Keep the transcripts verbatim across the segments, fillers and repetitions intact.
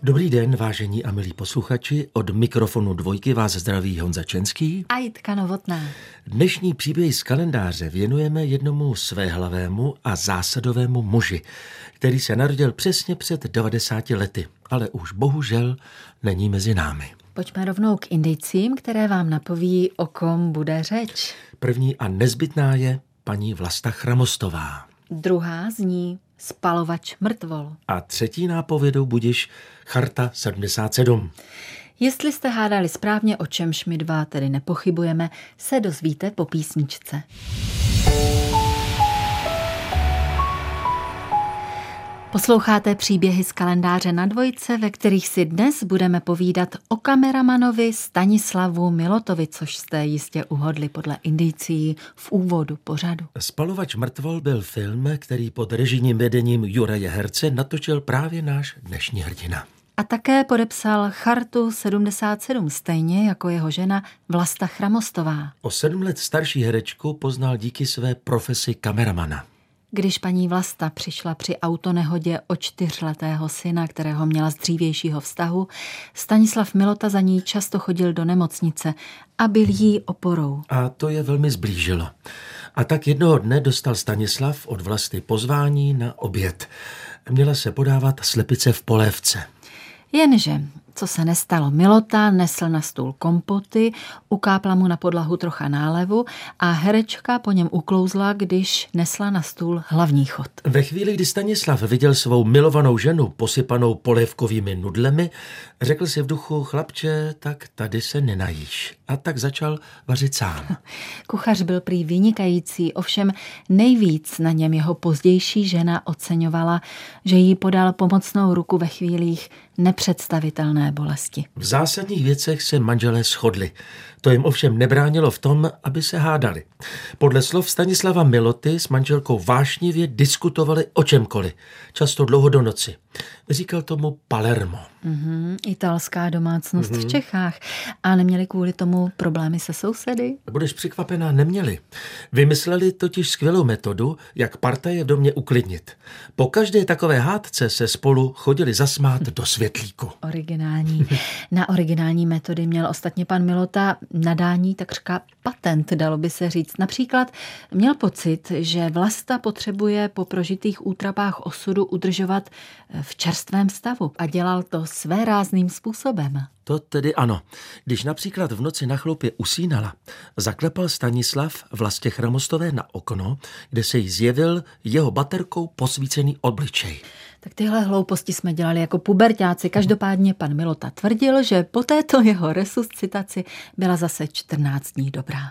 Dobrý den, vážení a milí posluchači, od mikrofonu Dvojky vás zdraví Honza Čenský a Jitka Novotná. Dnešní příběh z kalendáře věnujeme jednomu svéhlavému a zásadovému muži, který se narodil přesně před devadesáti lety, ale už bohužel není mezi námi. Pojďme rovnou k indicím, které vám napoví, o kom bude řeč. První a nezbytná je paní Vlasta Chramostová. Druhá zní Spalovač mrtvol. A třetí nápovědou budiš Charta sedmdesát sedm. Jestli jste hádali správně, o čemž my dva tedy nepochybujeme, se dozvíte po písničce. Posloucháte příběhy z kalendáře na Dvojce, ve kterých si dnes budeme povídat o kameramanovi Stanislavu Milotovi, což jste jistě uhodli podle indicií v úvodu pořadu. Spalovač mrtvol byl film, který pod režijním vedením Juraje Herce natočil právě náš dnešní hrdina. A také podepsal Chartu sedmdesát sedm, stejně jako jeho žena Vlasta Chramostová. O sedm let starší herečku poznal díky své profesi kameramana. Když paní Vlasta přišla při autonehodě o čtyřletého syna, kterého měla z dřívějšího vztahu, Stanislav Milota za ní často chodil do nemocnice a byl jí oporou. A to je velmi zblížilo. A tak jednoho dne dostal Stanislav od Vlasty pozvání na oběd. Měla se podávat slepice v polévce. Jenže, co se nestalo, Milota nesl na stůl kompoty, ukápla mu na podlahu trocha nálevu a herečka po něm uklouzla, když nesla na stůl hlavní chod. Ve chvíli, kdy Stanislav viděl svou milovanou ženu posypanou polévkovými nudlemi, řekl si v duchu: chlapče, tak tady se nenajíš. A tak začal vařit sám. Kuchař byl prý vynikající, ovšem nejvíc na něm jeho pozdější žena oceňovala, že jí podal pomocnou ruku ve chvílích nepředstavitelné bolesti. V zásadních věcech se manželé shodli. To jim ovšem nebránilo v tom, aby se hádali. Podle slov Stanislava Miloty s manželkou vášnivě diskutovali o čemkoliv, často dlouho do noci. Říkal tomu Palermo. Mm-hmm, italská domácnost mm-hmm. v Čechách. A neměli kvůli tomu problémy se sousedy? Budeš překvapená, neměli. Vymysleli totiž skvělou metodu, jak partaje v domě uklidnit. Po každé takové hádce se spolu chodili zasmát do světlíku. Originální. Na originální metody měl ostatně pan Milota nadání takřka patent, dalo by se říct. Například měl pocit, že Vlasta potřebuje po prožitých útrapách osudu udržovat v čerstvém stavu a dělal to svérázným způsobem. To tedy ano. Když například v noci na chloupě usínala, zaklepal Stanislav Vlastě Chramostové na okno, kde se jí zjevil jeho baterkou posvícený obličej. Tak tyhle hlouposti jsme dělali jako puberťáci. Každopádně pan Milota tvrdil, že po této jeho resuscitaci byla zase čtrnáct dní dobrá.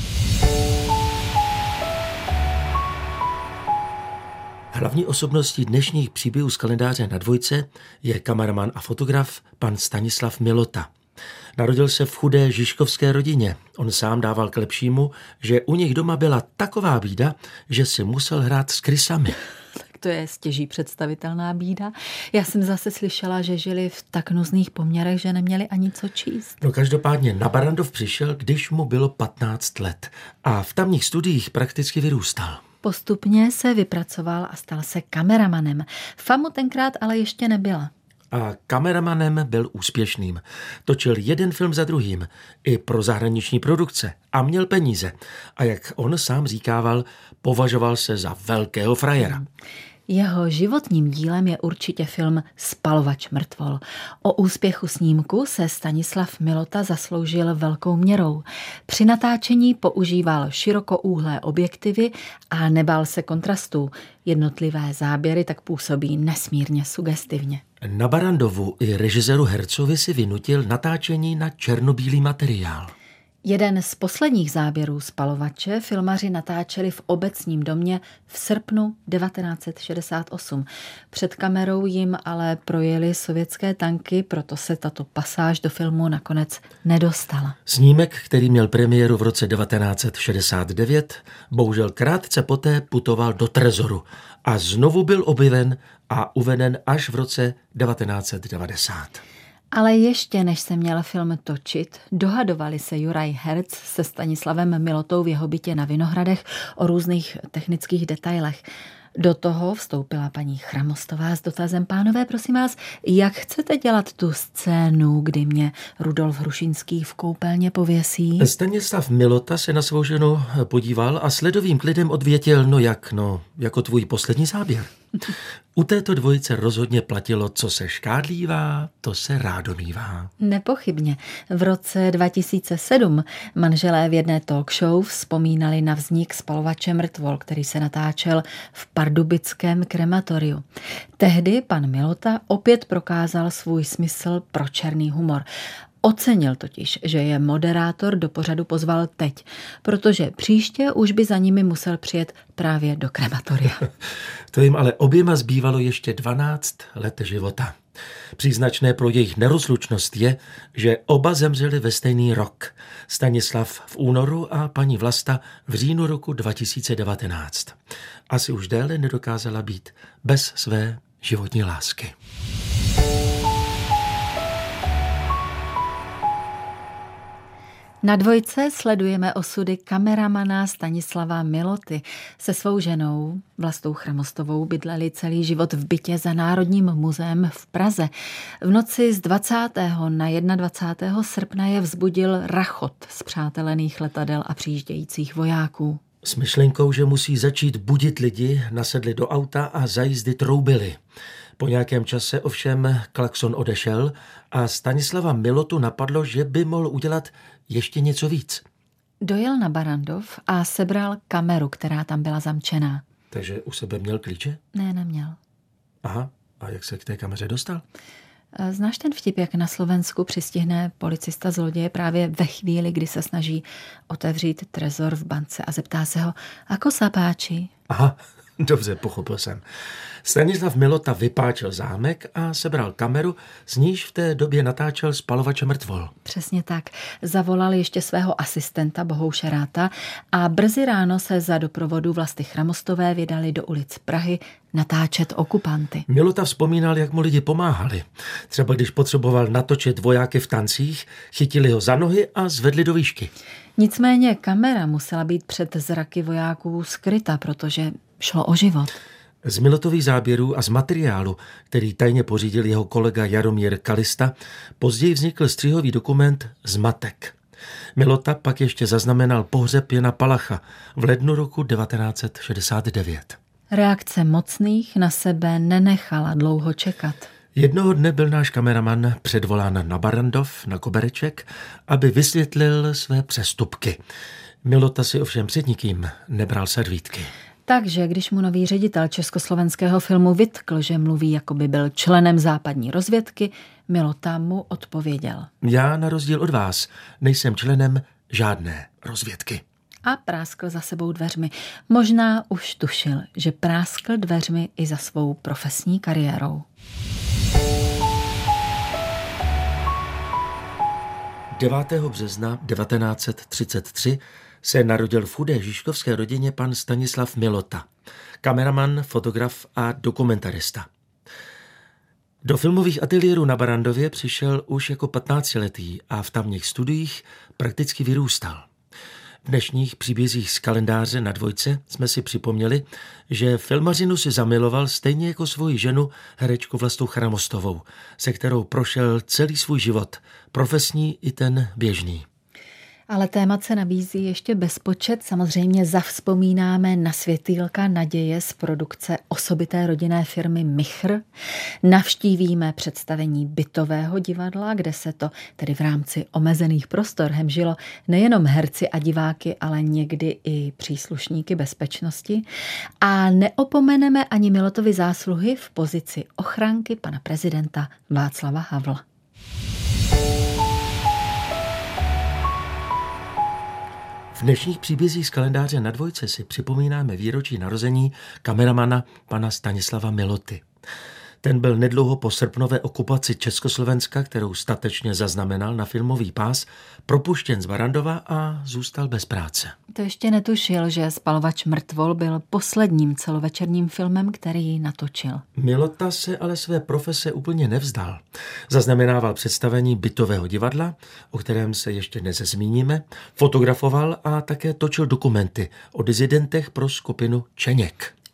Hlavní osobností dnešních příběhů z kalendáře na Dvojce je kameraman a fotograf pan Stanislav Milota. Narodil se v chudé žižkovské rodině. On sám dával k lepšímu, že u nich doma byla taková bída, že si musel hrát s krysami. Tak to je stěží představitelná bída. Já jsem zase slyšela, že žili v tak nuzných poměrech, že neměli ani co číst. No každopádně na Barrandov přišel, když mu bylo patnáct let a v tamních studiích prakticky vyrůstal. Postupně se vypracoval a stal se kameramanem. Famu tenkrát ale ještě nebyla. A kameramanem byl úspěšným. Točil jeden film za druhým, i pro zahraniční produkce, a měl peníze. A jak on sám říkával, považoval se za velkého frajera. Jeho životním dílem je určitě film Spalovač mrtvol. O úspěchu snímku se Stanislav Milota zasloužil velkou měrou. Při natáčení používal širokoúhlé objektivy a nebál se kontrastů. Jednotlivé záběry tak působí nesmírně sugestivně. Na Barrandovu i režiséru Hercovi si vynutil natáčení na černobílý materiál. Jeden z posledních záběrů Spalovače filmaři natáčeli v Obecním domě v srpnu devatenáct set šedesát osm. Před kamerou jim ale projeli sovětské tanky, proto se tato pasáž do filmu nakonec nedostala. Snímek, který měl premiéru v roce devatenáct set šedesát devět, bohužel krátce poté putoval do trezoru a znovu byl objeven a uveden až v roce devatenáct set devadesát. Ale ještě než se měl film točit, dohadovali se Juraj Herc se Stanislavem Milotou v jeho bytě na Vinohradech o různých technických detailech. Do toho vstoupila paní Chramostová s dotazem: pánové, prosím vás, jak chcete dělat tu scénu, kdy mě Rudolf Hrušínský v koupelně pověsí? Stanislav Milota se na svou ženu podíval a s ledovým klidem odvětil: no jak, no, jako tvůj poslední záběr. U této dvojice rozhodně platilo, co se škádlívá, to se rádomívá. Nepochybně. V roce dva tisíce sedm manželé v jedné talk show vzpomínali na vznik Spalovače mrtvol, který se natáčel v pardubickém krematoriu. Tehdy pan Milota opět prokázal svůj smysl pro černý humor. Ocenil totiž, že je moderátor do pořadu pozval teď, protože příště už by za nimi musel přijet právě do krematoria. To jim ale oběma zbývalo ještě dvanáct let života. Příznačné pro jejich nerozlučnost je, že oba zemřeli ve stejný rok. Stanislav v únoru a paní Vlasta v říjnu roku dva tisíce devatenáct. Asi už déle nedokázala být bez své životní lásky. Na dvojce sledujeme osudy kameramana Stanislava Miloty. Se svou ženou Vlastou Chramostovou bydleli celý život v bytě za Národním muzeem v Praze. V noci z dvacátého na dvacátého prvního srpna je vzbudil rachot spřátelených letadel a přijíždějících vojáků. S myšlenkou, že musí začít budit lidi, nasedli do auta a za jízdy troubili. Po nějakém čase ovšem klakson odešel a Stanislava Milotu napadlo, že by mohl udělat ještě něco víc. Dojel na Barrandov a sebral kameru, která tam byla zamčená. Takže u sebe měl klíče? Ne, neměl. Aha, a jak se k té kameře dostal? Znáš ten vtip, jak na Slovensku přistihne policista zloděje právě ve chvíli, kdy se snaží otevřít trezor v bance a zeptá se ho: ako sa páči? Aha, dobře, pochopil jsem. Stanislav Milota vypáčil zámek a sebral kameru, z níž v té době natáčel Spalovače mrtvol. Přesně tak. Zavolal ještě svého asistenta Bohouše Ráta a brzy ráno se za doprovodu Vlasty Chramostové vydali do ulic Prahy natáčet okupanty. Milota vzpomínal, jak mu lidi pomáhali. Třeba když potřeboval natočit vojáky v tancích, chytili ho za nohy a zvedli do výšky. Nicméně kamera musela být před zraky vojáků skryta, protože šlo o život. Z Milotových záběrů a z materiálu, který tajně pořídil jeho kolega Jaromír Kalista, později vznikl střihový dokument Zmatek. Milota pak ještě zaznamenal pohřeb Jana Palacha v lednu roku devatenáct set šedesát devět. Reakce mocných na sebe nenechala dlouho čekat. Jednoho dne byl náš kameraman předvolán na Barrandov, na kobereček, aby vysvětlil své přestupky. Milota si ovšem před nikým nebral servítky. Takže když mu nový ředitel československého filmu vytkl, že mluví, jako by byl členem západní rozvědky, Milota mu odpověděl: Já na rozdíl od vás nejsem členem žádné rozvědky. A práskl za sebou dveřmi. Možná už tušil, že práskl dveřmi i za svou profesní kariérou. devátého března devatenáct set třicet tři se narodil v chudé žižkovské rodině pan Stanislav Milota, kameraman, fotograf a dokumentarista. Do filmových ateliérů na Barrandově přišel už jako patnáctiletý a v tamních studiích prakticky vyrůstal. V dnešních příbězích z kalendáře na dvojce jsme si připomněli, že filmařinu si zamiloval stejně jako svoji ženu, herečku Vlastu Chramostovou, se kterou prošel celý svůj život, profesní i ten běžný. Ale témat se nabízí ještě bezpočet. Samozřejmě zavzpomínáme na světýlka naděje z produkce osobité rodinné firmy Michr. Navštívíme představení bytového divadla, kde se to tedy v rámci omezených prostor hemžilo nejenom herci a diváky, ale někdy i příslušníky bezpečnosti. A neopomeneme ani Milotovy zásluhy v pozici ochránky pana prezidenta Václava Havla. V dnešních příbězích z kalendáře na dvojce si připomínáme výročí narození kameramana pana Stanislava Miloty. Ten byl nedlouho po srpnové okupaci Československa, kterou statečně zaznamenal na filmový pás, propuštěn z Barrandova a zůstal bez práce. To ještě netušil, že Spalovač mrtvol byl posledním celovečerním filmem, který natočil. Milota se ale své profese úplně nevzdal. Zaznamenával představení bytového divadla, o kterém se ještě dnes zmíníme, fotografoval a také točil dokumenty o disidentech pro skupinu Čeněk.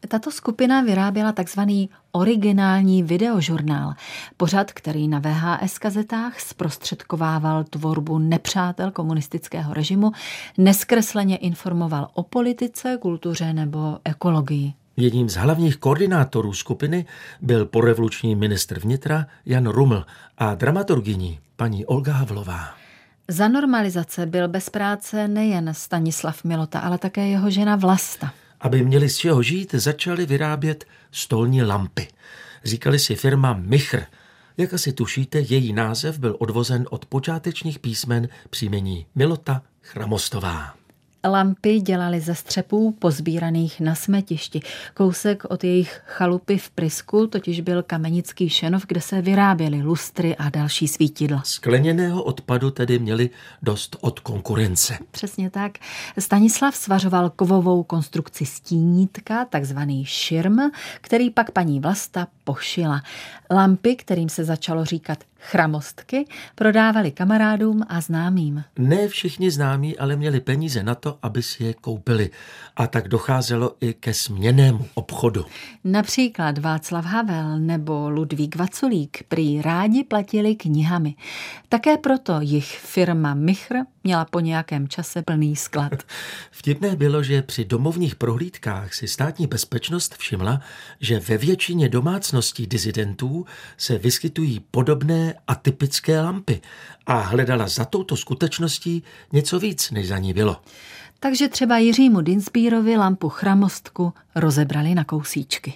Tato skupina vyráběla takzvaný originální videožurnál, pořad, který na V H S kazetách zprostředkovával tvorbu nepřátel komunistického režimu, nezkresleně informoval o politice, kultuře nebo ekologii. Jedním z hlavních koordinátorů skupiny byl porevoluční ministr vnitra Jan Ruml a dramaturgyní paní Olga Havlová. Za normalizace byl bez práce nejen Stanislav Milota, ale také jeho žena Vlasta. Aby měli z čeho žít, začali vyrábět stolní lampy. Říkali si firma Michr. Jak asi tušíte, její název byl odvozen od počátečních písmen příjmení Milota Chramostová. Lampy dělali ze střepů pozbíraných na smetišti. Kousek od jejich chalupy v Prisku totiž byl Kamenický Šenov, kde se vyráběly lustry a další svítidla. Skleněného odpadu tedy měli dost od konkurence. Přesně tak. Stanislav svařoval kovovou konstrukci stínítka, takzvaný širm, který pak paní Vlasta pošila. Lampy, kterým se začalo říkat chramostky, prodávali kamarádům a známým. Ne všichni známí ale měli peníze na to, aby si je koupili. A tak docházelo i ke směnnému obchodu. Například Václav Havel nebo Ludvík Vaculík prý rádi platili knihami. Také proto jich firma Michr měla po nějakém čase plný sklad. Vtipné bylo, že při domovních prohlídkách si státní bezpečnost všimla, že ve většině domácností disidentů se vyskytují podobné atypické lampy a hledala za touto skutečností něco víc, než za ní bylo. Takže třeba Jiřímu Dinsbírovi lampu chramostku rozebrali na kousíčky.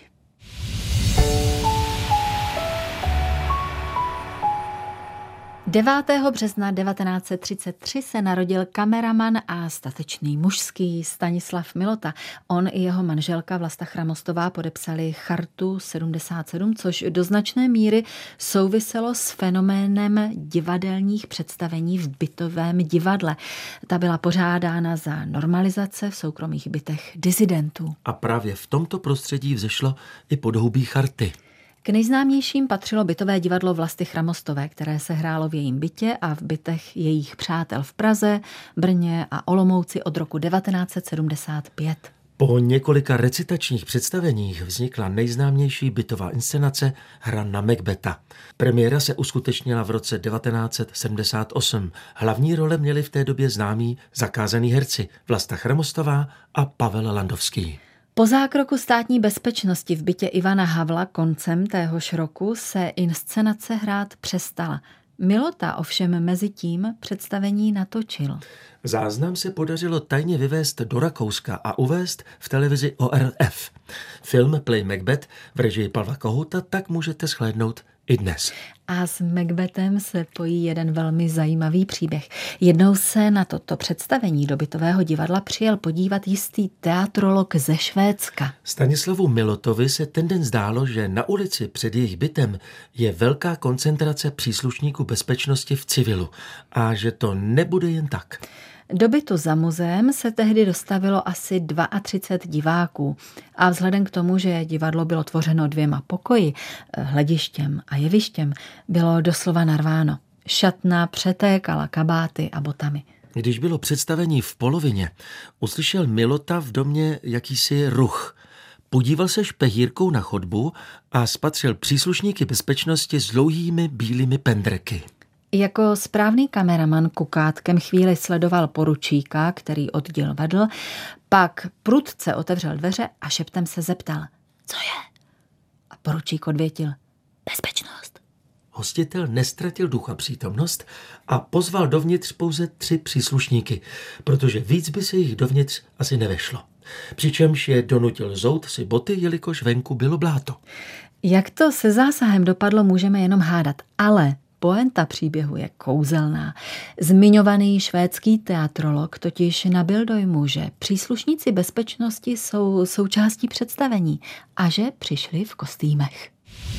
devátého března devatenáct set třicet tři se narodil kameraman a statečný mužský Stanislav Milota. On i jeho manželka Vlasta Chramostová podepsali Chartu sedmdesát sedm, což do značné míry souviselo s fenoménem divadelních představení v bytovém divadle. Ta byla pořádána za normalizace v soukromých bytech disidentů. A právě v tomto prostředí vzešlo i podhoubí charty. K nejznámějším patřilo bytové divadlo Vlasty Chramostové, které se hrálo v jejím bytě a v bytech jejich přátel v Praze, Brně a Olomouci od roku devatenáct set sedmdesát pět. Po několika recitačních představeních vznikla nejznámější bytová inscenace Hra na Macbetha. Premiéra se uskutečnila v roce devatenáct set sedmdesát osm. Hlavní role měli v té době známí zakázaní herci Vlasta Chramostová a Pavel Landovský. Po zákroku státní bezpečnosti v bytě Ivana Havla koncem téhož roku se inscenace hrát přestala. Milota ovšem mezi tím představení natočil. Záznam se podařilo tajně vyvést do Rakouska a uvést v televizi O R F. Film Play Macbeth v režii Pavla Kohouta tak můžete shlédnout i dnes. A s Macbethem se pojí jeden velmi zajímavý příběh. Jednou se na toto představení do bytového divadla přijel podívat jistý teatrolog ze Švédska. Stanislavu Milotovi se ten den zdálo, že na ulici před jejich bytem je velká koncentrace příslušníků bezpečnosti v civilu a že to nebude jen tak. Do bytu za muzeem se tehdy dostavilo asi třicet dva diváků a vzhledem k tomu, že divadlo bylo tvořeno dvěma pokoji, hledištěm a jevištěm, bylo doslova narváno. Šatna přetékala kabáty a botami. Když bylo představení v polovině, uslyšel Milota v domě jakýsi ruch. Podíval se špehírkou na chodbu a spatřil příslušníky bezpečnosti s dlouhými bílými pendreky. Jako správný kameraman kukátkem chvíli sledoval poručíka, který oddíl vedl, pak prudce otevřel dveře a šeptem se zeptal: Co je? A poručík odvětil: Bezpečnost. Hostitel nestratil ducha přítomnost a pozval dovnitř pouze tři příslušníky, protože víc by se jich dovnitř asi nevešlo. Přičemž je donutil zout si boty, jelikož venku bylo bláto. Jak to se zásahem dopadlo, můžeme jenom hádat, ale poenta příběhu je kouzelná. Zmiňovaný švédský teatrolog totiž nabyl dojmu, že příslušníci bezpečnosti jsou součástí představení a že přišli v kostýmech.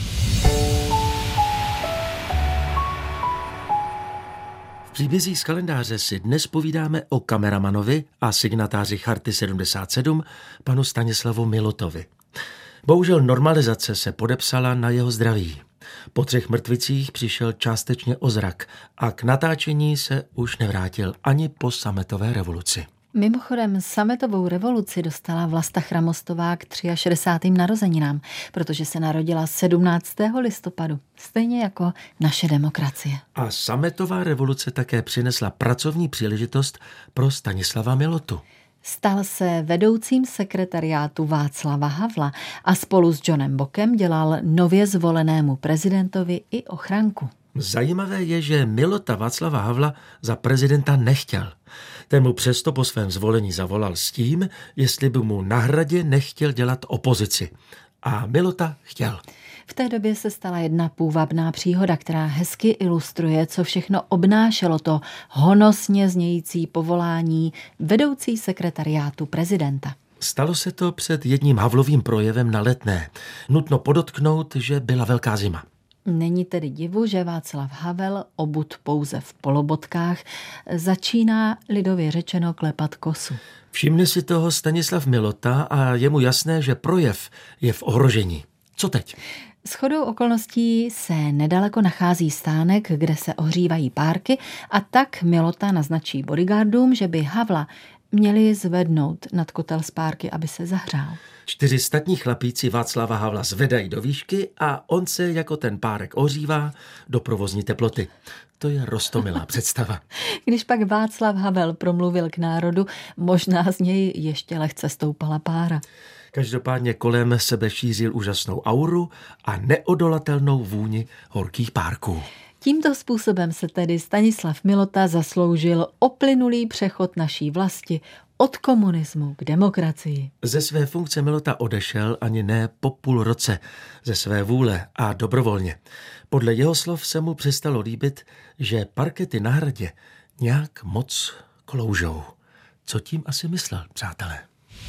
V příbězích z kalendáře si dnes povídáme o kameramanovi a signatáři Charty sedmdesát sedm, panu Stanislavu Milotovi. Bohužel normalizace se podepsala na jeho zdraví. Po třech mrtvicích přišel částečně o zrak a k natáčení se už nevrátil ani po sametové revoluci. Mimochodem sametovou revoluci dostala Vlasta Chramostová k šedesátým třetím narozeninám, protože se narodila sedmnáctého listopadu, stejně jako naše demokracie. A sametová revoluce také přinesla pracovní příležitost pro Stanislava Milotu. Stal se vedoucím sekretariátu Václava Havla a spolu s Johnem Bokem dělal nově zvolenému prezidentovi i ochranku. Zajímavé je, že Milota Václava Havla za prezidenta nechtěl. Ten mu přesto po svém zvolení zavolal s tím, jestli by mu na Hradě nechtěl dělat opozici. A Milota chtěl. V té době se stala jedna půvabná příhoda, která hezky ilustruje, co všechno obnášelo to honosně znějící povolání vedoucí sekretariátu prezidenta. Stalo se to před jedním Havlovým projevem na Letné. Nutno podotknout, že byla velká zima. Není tedy divu, že Václav Havel, obut pouze v polobotkách, začíná lidově řečeno klepat kosu. Všimne si toho Stanislav Milota a je mu jasné, že projev je v ohrožení. Co teď? Shodou okolností se nedaleko nachází stánek, kde se ohřívají párky, a tak Milota naznačí bodyguardům, že by Havla měli zvednout nad kotel z párky, aby se zahřál. Čtyři statní chlapíci Václava Havla zvedají do výšky a on se jako ten párek ohřívá do provozní teploty. To je roztomilá představa. Když pak Václav Havel promluvil k národu, možná z něj ještě lehce stoupala pára. Každopádně kolem sebe šířil úžasnou auru a neodolatelnou vůni horkých párků. Tímto způsobem se tedy Stanislav Milota zasloužil o plynulý přechod naší vlasti od komunismu k demokracii. Ze své funkce Milota odešel ani ne po půl roce, ze své vůle a dobrovolně. Podle jeho slov se mu přestalo líbit, že parkety na Hradě nějak moc kloužou. Co tím asi myslel, přátelé?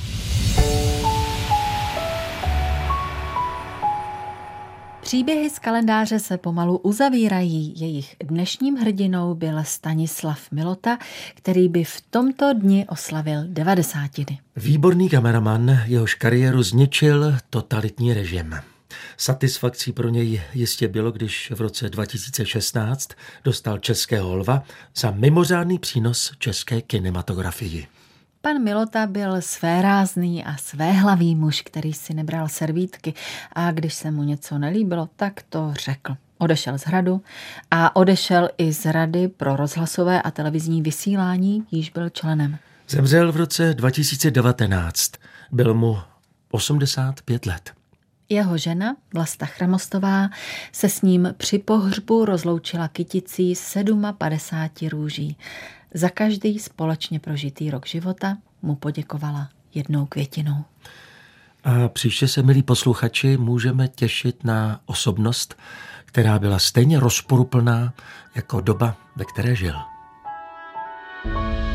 Příběhy z kalendáře se pomalu uzavírají. Jejich dnešním hrdinou byl Stanislav Milota, který by v tomto dni oslavil devadesátiny. Výborný kameraman, jehož kariéru zničil totalitní režim. Satisfakcí pro něj jistě bylo, když v roce dva tisíce šestnáct dostal Českého lva za mimořádný přínos české kinematografii. Pan Milota byl svérázný a svéhlavý muž, který si nebral servítky, a když se mu něco nelíbilo, tak to řekl. Odešel z Hradu a odešel i z Rady pro rozhlasové a televizní vysílání, jíž byl členem. Zemřel v roce dva tisíce devatenáct. Byl mu osmdesát pět let. Jeho žena, Vlasta Chramostová, se s ním při pohřbu rozloučila kyticí padesáti růží. Za každý společně prožitý rok života mu poděkovala jednou květinou. A příště se, milí posluchači, můžeme těšit na osobnost, která byla stejně rozporuplná jako doba, ve které žil.